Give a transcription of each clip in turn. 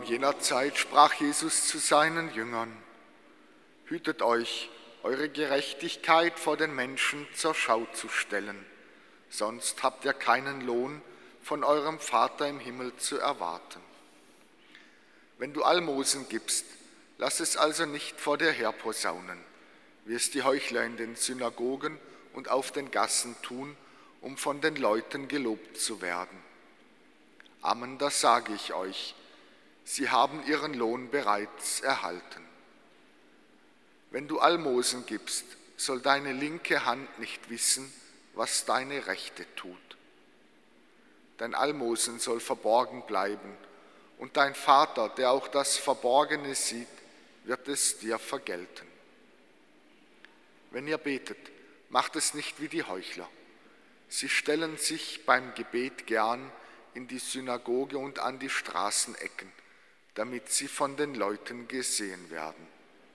jener Zeit sprach Jesus zu seinen Jüngern: Hütet euch, eure Gerechtigkeit vor den Menschen zur Schau zu stellen, sonst habt ihr keinen Lohn von eurem Vater im Himmel zu erwarten. Wenn du Almosen gibst, lass es also nicht vor dir herposaunen, wie es die Heuchler in den Synagogen und auf den Gassen tun, um von den Leuten gelobt zu werden. Amen, das sage ich euch, sie haben ihren Lohn bereits erhalten. Wenn du Almosen gibst, soll deine linke Hand nicht wissen, was deine rechte tut. Dein Almosen soll verborgen bleiben, und dein Vater, der auch das Verborgene sieht, wird es dir vergelten. Wenn ihr betet, macht es nicht wie die Heuchler. Sie stellen sich beim Gebet gern in die Synagoge und an die Straßenecken, damit sie von den Leuten gesehen werden.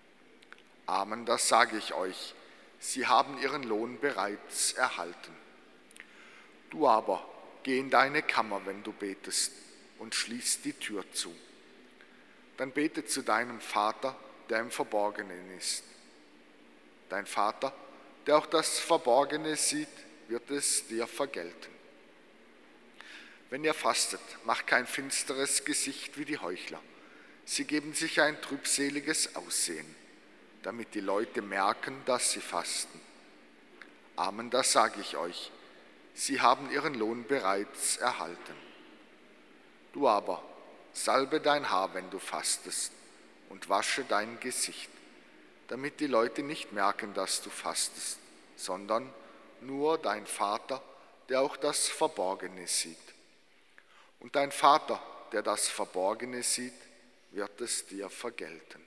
Amen, das sage ich euch, sie haben ihren Lohn bereits erhalten. Du aber, geh in deine Kammer, wenn du betest, und schließ die Tür zu. Dann bete zu deinem Vater, der im Verborgenen ist. Dein Vater, der auch das Verborgene sieht, wird es dir vergelten. Wenn ihr fastet, macht kein finsteres Gesicht wie die Heuchler. Sie geben sich ein trübseliges Aussehen, damit die Leute merken, dass sie fasten. Amen, das sage ich euch, sie haben ihren Lohn bereits erhalten. Du aber, salbe dein Haar, wenn du fastest, und wasche dein Gesicht, damit die Leute nicht merken, dass du fastest, sondern nur dein Vater, der auch das Verborgene sieht. Und dein Vater, der das Verborgene sieht, wird es dir vergelten.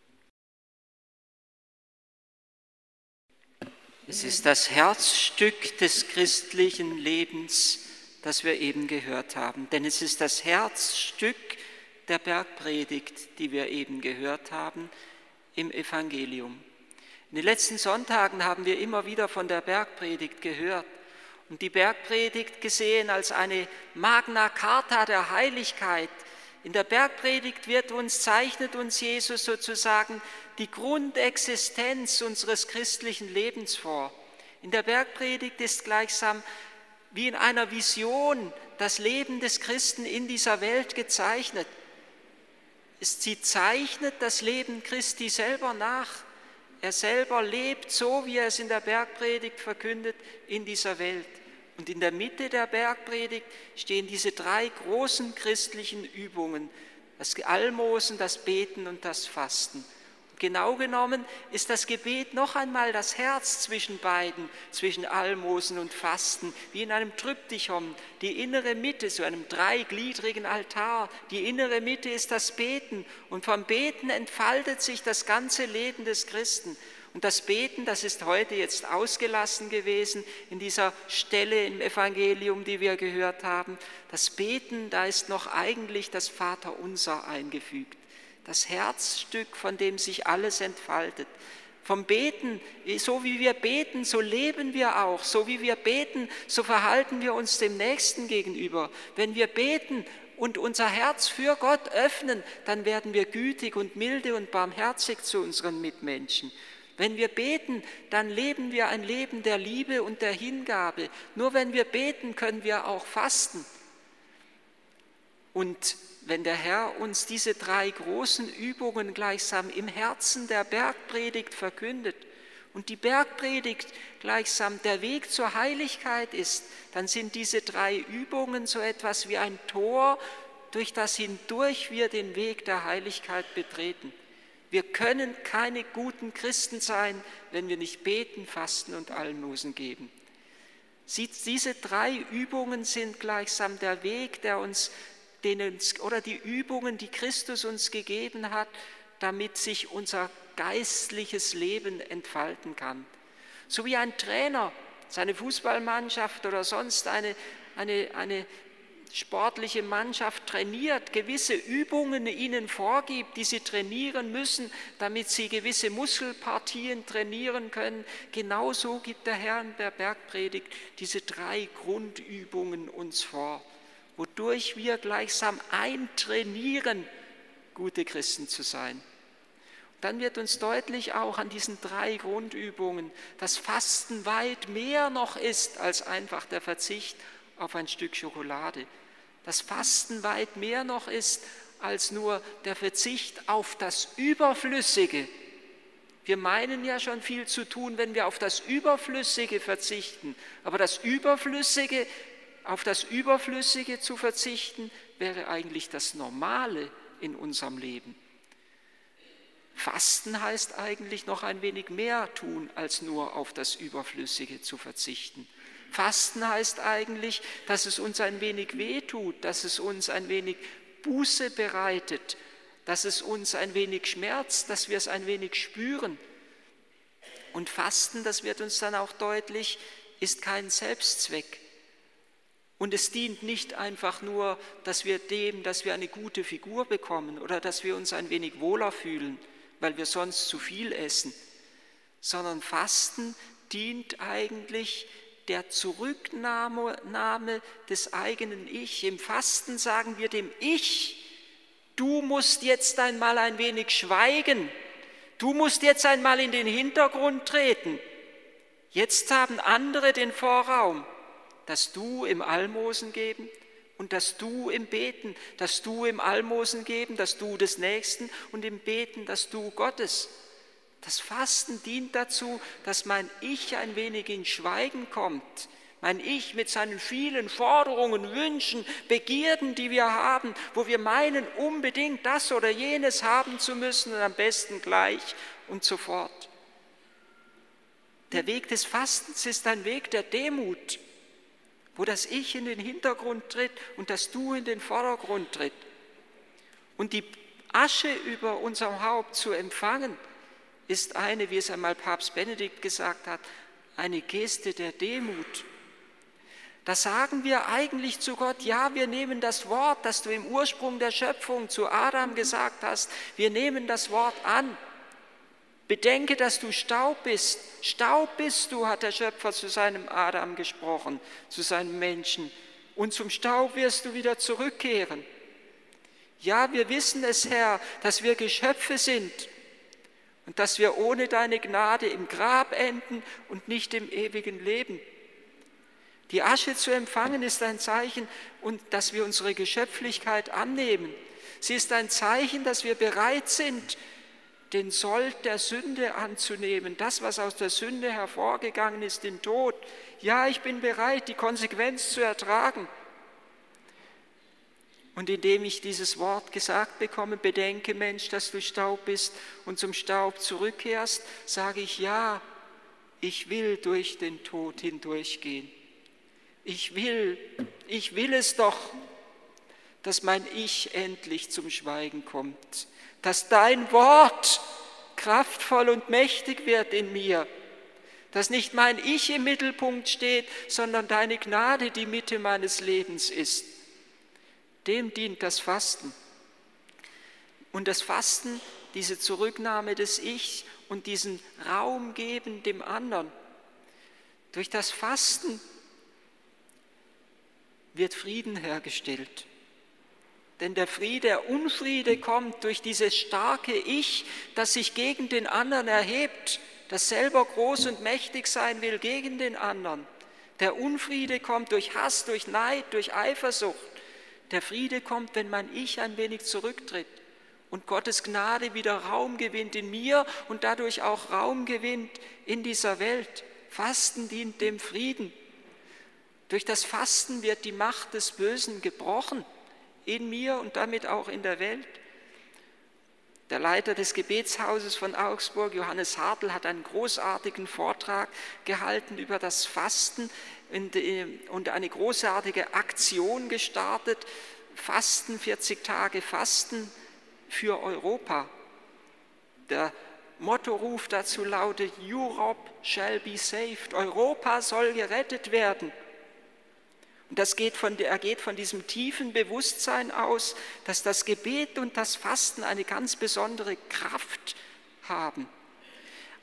Es ist das Herzstück des christlichen Lebens, das wir eben gehört haben. Denn es ist das Herzstück der Bergpredigt, die wir eben gehört haben im Evangelium. In den letzten Sonntagen haben wir immer wieder von der Bergpredigt gehört und die Bergpredigt gesehen als eine Magna Carta der Heiligkeit. In der Bergpredigt zeichnet uns Jesus sozusagen die Grundexistenz unseres christlichen Lebens vor. In der Bergpredigt ist gleichsam wie in einer Vision das Leben des Christen in dieser Welt gezeichnet. Sie zeichnet das Leben Christi selber nach. Er selber lebt so, wie er es in der Bergpredigt verkündet, in dieser Welt. Und in der Mitte der Bergpredigt stehen diese drei großen christlichen Übungen: das Almosen, das Beten und das Fasten. Genau genommen ist das Gebet noch einmal das Herz zwischen beiden, zwischen Almosen und Fasten, wie in einem Triptychon. Die innere Mitte, so einem dreigliedrigen Altar, die innere Mitte ist das Beten und vom Beten entfaltet sich das ganze Leben des Christen. Und das Beten, das ist heute jetzt ausgelassen gewesen in dieser Stelle im Evangelium, die wir gehört haben. Das Beten, da ist noch eigentlich das Vaterunser eingefügt. Das Herzstück, von dem sich alles entfaltet. Vom Beten, so wie wir beten, so leben wir auch. So wie wir beten, so verhalten wir uns dem Nächsten gegenüber. Wenn wir beten und unser Herz für Gott öffnen, dann werden wir gütig und milde und barmherzig zu unseren Mitmenschen. Wenn wir beten, dann leben wir ein Leben der Liebe und der Hingabe. Nur wenn wir beten, können wir auch fasten. Und wenn der Herr uns diese drei großen Übungen gleichsam im Herzen der Bergpredigt verkündet und die Bergpredigt gleichsam der Weg zur Heiligkeit ist, dann sind diese drei Übungen so etwas wie ein Tor, durch das hindurch wir den Weg der Heiligkeit betreten. Wir können keine guten Christen sein, wenn wir nicht beten, fasten und Almosen geben. Diese drei Übungen sind gleichsam der Weg, oder die Übungen, die Christus uns gegeben hat, damit sich unser geistliches Leben entfalten kann. So wie ein Trainer seine Fußballmannschaft oder sonst eine sportliche Mannschaft trainiert, gewisse Übungen ihnen vorgibt, die sie trainieren müssen, damit sie gewisse Muskelpartien trainieren können. Genauso gibt der Herr in der Bergpredigt diese drei Grundübungen uns vor, wodurch wir gleichsam eintrainieren gute Christen zu sein. Dann wird uns deutlich auch an diesen 3 Grundübungen, dass Fasten weit mehr noch ist als einfach der Verzicht auf ein Stück Schokolade. Dass Fasten weit mehr noch ist als nur der Verzicht auf das Überflüssige. Wir meinen ja schon viel zu tun, wenn wir auf das Überflüssige verzichten. Aber auf das Überflüssige zu verzichten, wäre eigentlich das Normale in unserem Leben. Fasten heißt eigentlich noch ein wenig mehr tun, als nur auf das Überflüssige zu verzichten. Fasten heißt eigentlich, dass es uns ein wenig wehtut, dass es uns ein wenig Buße bereitet, dass es uns ein wenig schmerzt, dass wir es ein wenig spüren. Und Fasten, das wird uns dann auch deutlich, ist kein Selbstzweck. Und es dient nicht einfach nur, dass wir eine gute Figur bekommen oder dass wir uns ein wenig wohler fühlen, weil wir sonst zu viel essen, sondern Fasten dient eigentlich der Zurücknahme des eigenen Ich. Im Fasten sagen wir dem Ich, du musst jetzt einmal ein wenig schweigen, du musst jetzt einmal in den Hintergrund treten. Jetzt haben andere den Vorraum, dass du im Almosen geben und dass du im Beten, dass du im Almosen geben, dass du des Nächsten und im Beten, dass du Gottes. Das Fasten dient dazu, dass mein Ich ein wenig in Schweigen kommt. Mein Ich mit seinen vielen Forderungen, Wünschen, Begierden, die wir haben, wo wir meinen, unbedingt das oder jenes haben zu müssen und am besten gleich und sofort. Der Weg des Fastens ist ein Weg der Demut, wo das Ich in den Hintergrund tritt und das Du in den Vordergrund tritt. Und die Asche über unserem Haupt zu empfangen, ist eine, wie es einmal Papst Benedikt gesagt hat, eine Geste der Demut. Da sagen wir eigentlich zu Gott, ja, wir nehmen das Wort, das du im Ursprung der Schöpfung zu Adam gesagt hast, wir nehmen das Wort an. Bedenke, dass du Staub bist. Staub bist du, hat der Schöpfer zu seinem Adam gesprochen, zu seinem Menschen. Und zum Staub wirst du wieder zurückkehren. Ja, wir wissen es, Herr, dass wir Geschöpfe sind und dass wir ohne deine Gnade im Grab enden und nicht im ewigen Leben. Die Asche zu empfangen ist ein Zeichen, und dass wir unsere Geschöpflichkeit annehmen. Sie ist ein Zeichen, dass wir bereit sind, den Sold der Sünde anzunehmen, das, was aus der Sünde hervorgegangen ist, den Tod. Ja, ich bin bereit, die Konsequenz zu ertragen. Und indem ich dieses Wort gesagt bekomme, bedenke, Mensch, dass du Staub bist und zum Staub zurückkehrst, sage ich, ja, ich will durch den Tod hindurchgehen. Ich will es doch, dass mein Ich endlich zum Schweigen kommt, dass dein Wort kraftvoll und mächtig wird in mir, dass nicht mein Ich im Mittelpunkt steht, sondern deine Gnade die Mitte meines Lebens ist. Dem dient das Fasten. Und das Fasten, diese Zurücknahme des Ichs und diesen Raum geben dem anderen. Durch das Fasten wird Frieden hergestellt. Denn der Unfriede kommt durch dieses starke Ich, das sich gegen den anderen erhebt, das selber groß und mächtig sein will gegen den anderen. Der Unfriede kommt durch Hass, durch Neid, durch Eifersucht. Der Friede kommt, wenn mein Ich ein wenig zurücktritt und Gottes Gnade wieder Raum gewinnt in mir und dadurch auch Raum gewinnt in dieser Welt. Fasten dient dem Frieden. Durch das Fasten wird die Macht des Bösen gebrochen, in mir und damit auch in der Welt. Der Leiter des Gebetshauses von Augsburg, Johannes Hartl, hat einen großartigen Vortrag gehalten über das Fasten und eine großartige Aktion gestartet. Fasten, 40 Tage Fasten für Europa. Der Mottoruf dazu lautet, Europe shall be saved. Europa soll gerettet werden. Und er geht von diesem tiefen Bewusstsein aus, dass das Gebet und das Fasten eine ganz besondere Kraft haben.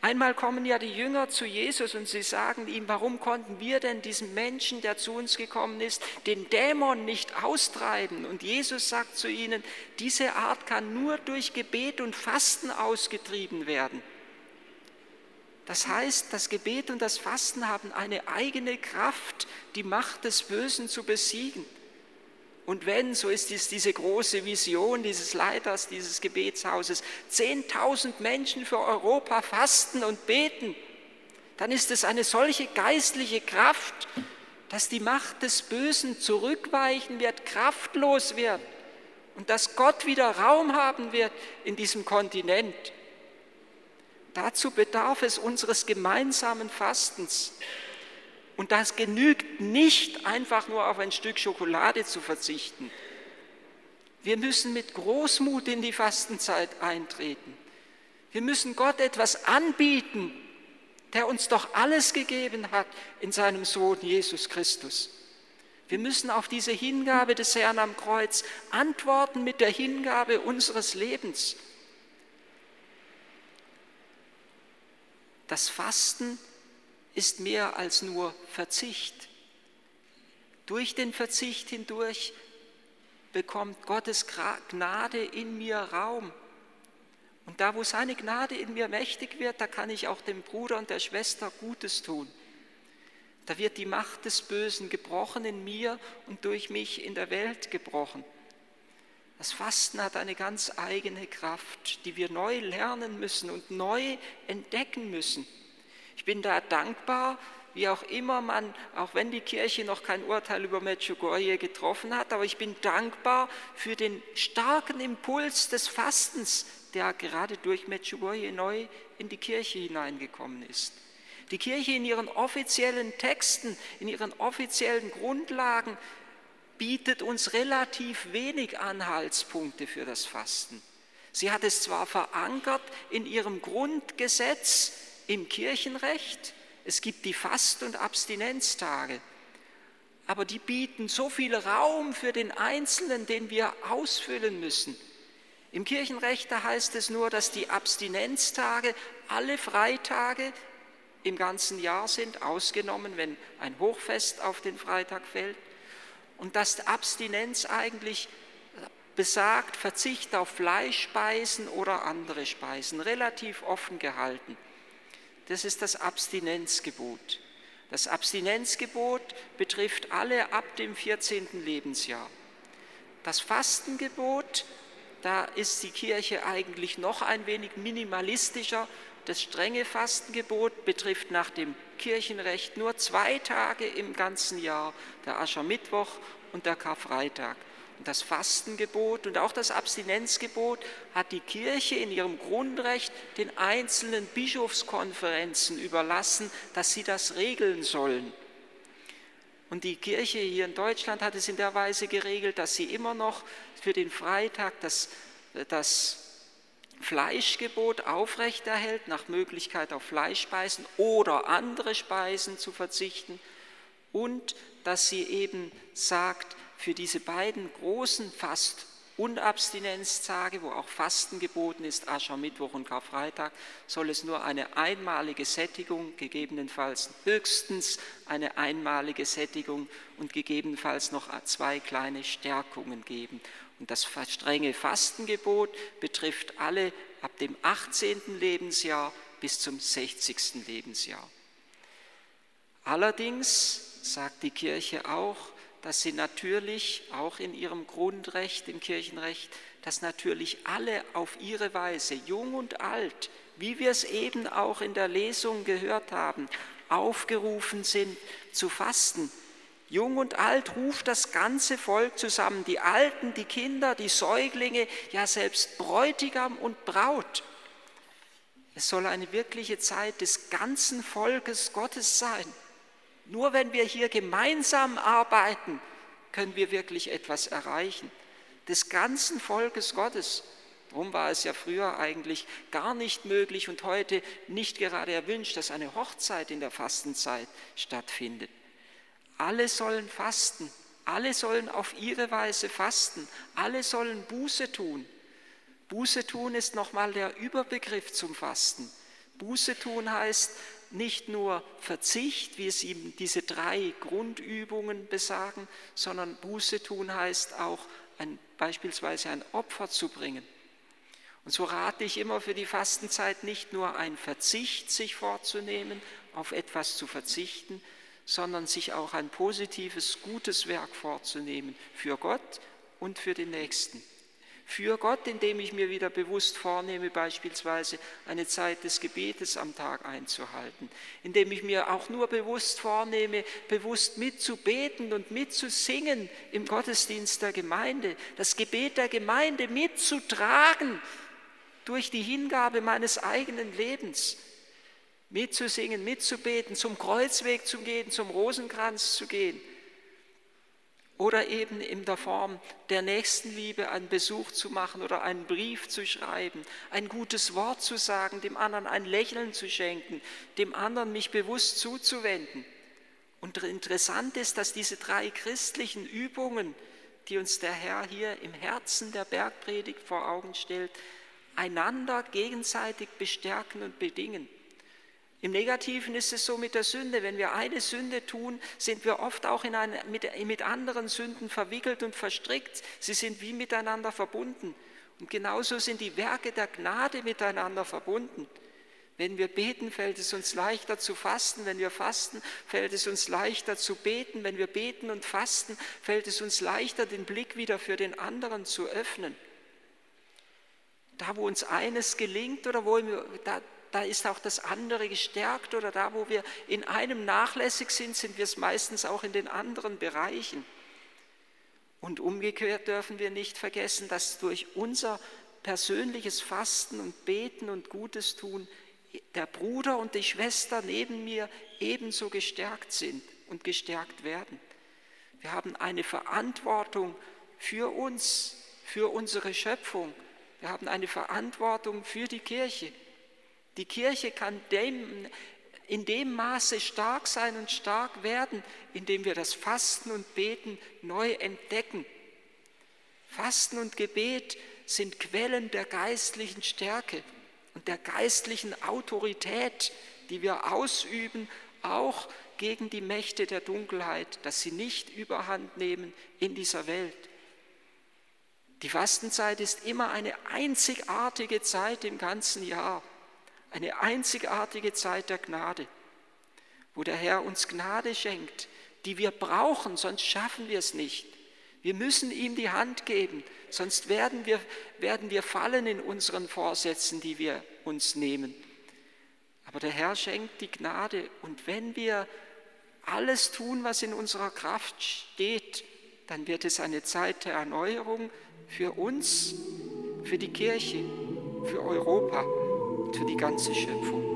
Einmal kommen ja die Jünger zu Jesus und sie sagen ihm, warum konnten wir denn diesem Menschen, der zu uns gekommen ist, den Dämon nicht austreiben? Und Jesus sagt zu ihnen, diese Art kann nur durch Gebet und Fasten ausgetrieben werden. Das heißt, das Gebet und das Fasten haben eine eigene Kraft, die Macht des Bösen zu besiegen. Und wenn, so ist es diese große Vision dieses Leiters dieses Gebetshauses, 10.000 Menschen für Europa fasten und beten, dann ist es eine solche geistliche Kraft, dass die Macht des Bösen zurückweichen wird, kraftlos wird und dass Gott wieder Raum haben wird in diesem Kontinent. Dazu bedarf es unseres gemeinsamen Fastens. Und das genügt nicht, einfach nur auf ein Stück Schokolade zu verzichten. Wir müssen mit Großmut in die Fastenzeit eintreten. Wir müssen Gott etwas anbieten, der uns doch alles gegeben hat in seinem Sohn Jesus Christus. Wir müssen auf diese Hingabe des Herrn am Kreuz antworten mit der Hingabe unseres Lebens. Das Fasten ist mehr als nur Verzicht. Durch den Verzicht hindurch bekommt Gottes Gnade in mir Raum. Und da, wo seine Gnade in mir mächtig wird, da kann ich auch dem Bruder und der Schwester Gutes tun. Da wird die Macht des Bösen gebrochen in mir und durch mich in der Welt gebrochen. Das Fasten hat eine ganz eigene Kraft, die wir neu lernen müssen und neu entdecken müssen. Ich bin da dankbar, wie auch immer auch wenn die Kirche noch kein Urteil über Medjugorje getroffen hat, aber ich bin dankbar für den starken Impuls des Fastens, der gerade durch Medjugorje neu in die Kirche hineingekommen ist. Die Kirche in ihren offiziellen Texten, in ihren offiziellen Grundlagen bietet uns relativ wenig Anhaltspunkte für das Fasten. Sie hat es zwar verankert in ihrem Grundgesetz, im Kirchenrecht, es gibt die Fast- und Abstinenztage, aber die bieten so viel Raum für den Einzelnen, den wir ausfüllen müssen. Im Kirchenrecht, da heißt es nur, dass die Abstinenztage alle Freitage im ganzen Jahr sind, ausgenommen, wenn ein Hochfest auf den Freitag fällt, und dass Abstinenz eigentlich besagt, Verzicht auf Fleischspeisen oder andere Speisen, relativ offen gehalten. Das ist das Abstinenzgebot. Das Abstinenzgebot betrifft alle ab dem 14. Lebensjahr. Das Fastengebot, da ist die Kirche eigentlich noch ein wenig minimalistischer. Das strenge Fastengebot betrifft nach dem Kirchenrecht nur 2 Tage im ganzen Jahr, der Aschermittwoch und der Karfreitag. Und das Fastengebot und auch das Abstinenzgebot hat die Kirche in ihrem Grundrecht den einzelnen Bischofskonferenzen überlassen, dass sie das regeln sollen. Und die Kirche hier in Deutschland hat es in der Weise geregelt, dass sie immer noch für den Freitag das Fleischgebot aufrechterhält, nach Möglichkeit auf Fleischspeisen oder andere Speisen zu verzichten, und dass sie eben sagt, für diese beiden großen Fast- und Abstinenztage, wo auch Fasten geboten ist, Aschermittwoch und Karfreitag, soll es nur eine einmalige Sättigung, gegebenenfalls höchstens eine einmalige Sättigung und gegebenenfalls noch 2 kleine Stärkungen geben. Und das strenge Fastengebot betrifft alle ab dem 18. Lebensjahr bis zum 60. Lebensjahr. Allerdings sagt die Kirche auch, dass sie natürlich auch in ihrem Grundrecht, im Kirchenrecht, dass natürlich alle auf ihre Weise, jung und alt, wie wir es eben auch in der Lesung gehört haben, aufgerufen sind zu fasten. Jung und alt ruft das ganze Volk zusammen, die Alten, die Kinder, die Säuglinge, ja selbst Bräutigam und Braut. Es soll eine wirkliche Zeit des ganzen Volkes Gottes sein. Nur wenn wir hier gemeinsam arbeiten, können wir wirklich etwas erreichen. Des ganzen Volkes Gottes. Darum war es ja früher eigentlich gar nicht möglich und heute nicht gerade erwünscht, dass eine Hochzeit in der Fastenzeit stattfindet. Alle sollen fasten, alle sollen auf ihre Weise fasten, alle sollen Buße tun. Buße tun ist nochmal der Überbegriff zum Fasten. Buße tun heißt nicht nur Verzicht, wie es ihm diese 3 Grundübungen besagen, sondern Buße tun heißt auch beispielsweise ein Opfer zu bringen. Und so rate ich immer für die Fastenzeit nicht nur ein Verzicht sich vorzunehmen, auf etwas zu verzichten, sondern sich auch ein positives, gutes Werk vorzunehmen für Gott und für den Nächsten. Für Gott, indem ich mir wieder bewusst vornehme, beispielsweise eine Zeit des Gebetes am Tag einzuhalten, indem ich mir auch nur bewusst vornehme, bewusst mitzubeten und mitzusingen im Gottesdienst der Gemeinde, das Gebet der Gemeinde mitzutragen durch die Hingabe meines eigenen Lebens, mitzusingen, mitzubeten, zum Kreuzweg zu gehen, zum Rosenkranz zu gehen. Oder eben in der Form der Nächstenliebe einen Besuch zu machen oder einen Brief zu schreiben, ein gutes Wort zu sagen, dem anderen ein Lächeln zu schenken, dem anderen mich bewusst zuzuwenden. Und interessant ist, dass diese 3 christlichen Übungen, die uns der Herr hier im Herzen der Bergpredigt vor Augen stellt, einander gegenseitig bestärken und bedingen. Im Negativen ist es so mit der Sünde. Wenn wir eine Sünde tun, sind wir oft auch mit anderen Sünden verwickelt und verstrickt. Sie sind wie miteinander verbunden. Und genauso sind die Werke der Gnade miteinander verbunden. Wenn wir beten, fällt es uns leichter zu fasten. Wenn wir fasten, fällt es uns leichter zu beten. Wenn wir beten und fasten, fällt es uns leichter, den Blick wieder für den anderen zu öffnen. Da, wo uns eines gelingt oder da ist auch das andere gestärkt, oder da, wo wir in einem nachlässig sind, sind wir es meistens auch in den anderen Bereichen. Und umgekehrt dürfen wir nicht vergessen, dass durch unser persönliches Fasten und Beten und Gutes tun der Bruder und die Schwester neben mir ebenso gestärkt sind und gestärkt werden. Wir haben eine Verantwortung für uns, für unsere Schöpfung. Wir haben eine Verantwortung für die Kirche. Die Kirche kann in dem Maße stark sein und stark werden, indem wir das Fasten und Beten neu entdecken. Fasten und Gebet sind Quellen der geistlichen Stärke und der geistlichen Autorität, die wir ausüben, auch gegen die Mächte der Dunkelheit, dass sie nicht überhand nehmen in dieser Welt. Die Fastenzeit ist immer eine einzigartige Zeit im ganzen Jahr. Eine einzigartige Zeit der Gnade, wo der Herr uns Gnade schenkt, die wir brauchen, sonst schaffen wir es nicht. Wir müssen ihm die Hand geben, sonst werden wir fallen in unseren Vorsätzen, die wir uns nehmen. Aber der Herr schenkt die Gnade, und wenn wir alles tun, was in unserer Kraft steht, dann wird es eine Zeit der Erneuerung für uns, für die Kirche, für Europa, für die ganze Schöpfung.